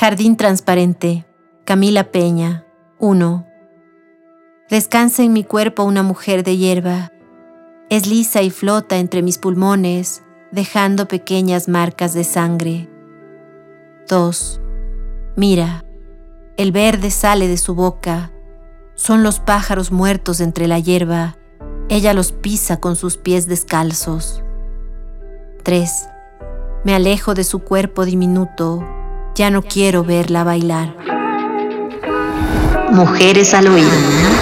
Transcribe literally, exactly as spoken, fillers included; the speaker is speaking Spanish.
Jardín transparente. Camila Peña. uno. Descansa en mi cuerpo una mujer de hierba. Es lisa y flota entre mis pulmones, dejando pequeñas marcas de sangre. dos. Mira, el verde sale de su boca. Son los pájaros muertos entre la hierba. Ella los pisa con sus pies descalzos. tres. Me alejo de su cuerpo diminuto. Ya no quiero verla bailar. Mujeres al oído.